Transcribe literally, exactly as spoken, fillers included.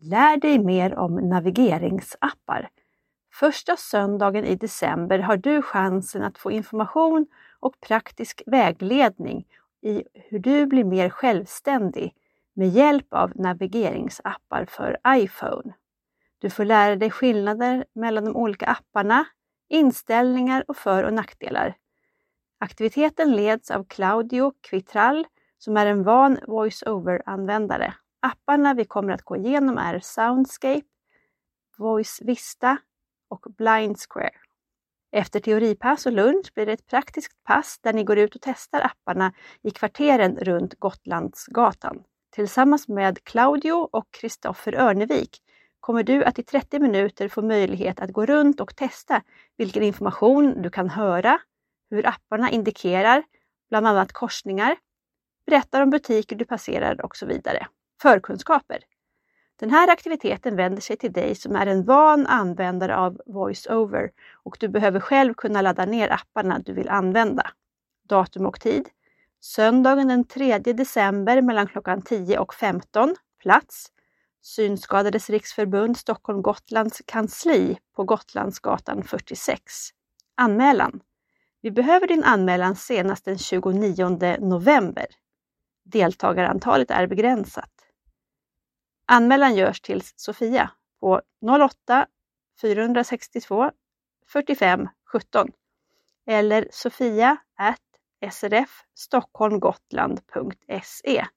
Lär dig mer om navigeringsappar. Första söndagen i december har du chansen att få information och praktisk vägledning i hur du blir mer självständig med hjälp av navigeringsappar för iPhone. Du får lära dig skillnader mellan de olika apparna, inställningar och för- och nackdelar. Aktiviteten leds av Claudio Quitral som är en van voice-over-användare. Apparna vi kommer att gå igenom är Soundscape, Voice Vista och Blind Square. Efter teoripass och lunch blir det ett praktiskt pass där ni går ut och testar apparna i kvarteren runt Gotlandsgatan. Tillsammans med Claudio och Kristoffer Örnevik kommer du att i trettio minuter få möjlighet att gå runt och testa vilken information du kan höra, hur apparna indikerar, bland annat korsningar, berättar om butiker du passerar och så vidare. Förkunskaper. Den här aktiviteten vänder sig till dig som är en van användare av VoiceOver och du behöver själv kunna ladda ner apparna du vill använda. Datum och tid. Söndagen den tredje december mellan klockan tio och femton. Plats. Synskadades riksförbund Stockholm Gotlands kansli på Gotlandsgatan fyrtiosex. Anmälan. Vi behöver din anmälan senast den tjugonionde november. Deltagarantalet är begränsat. Anmälan görs till Sofia på noll åtta fyra sex två fyrtiofem sjutton eller sofia at s r f stockholmgotland punkt se.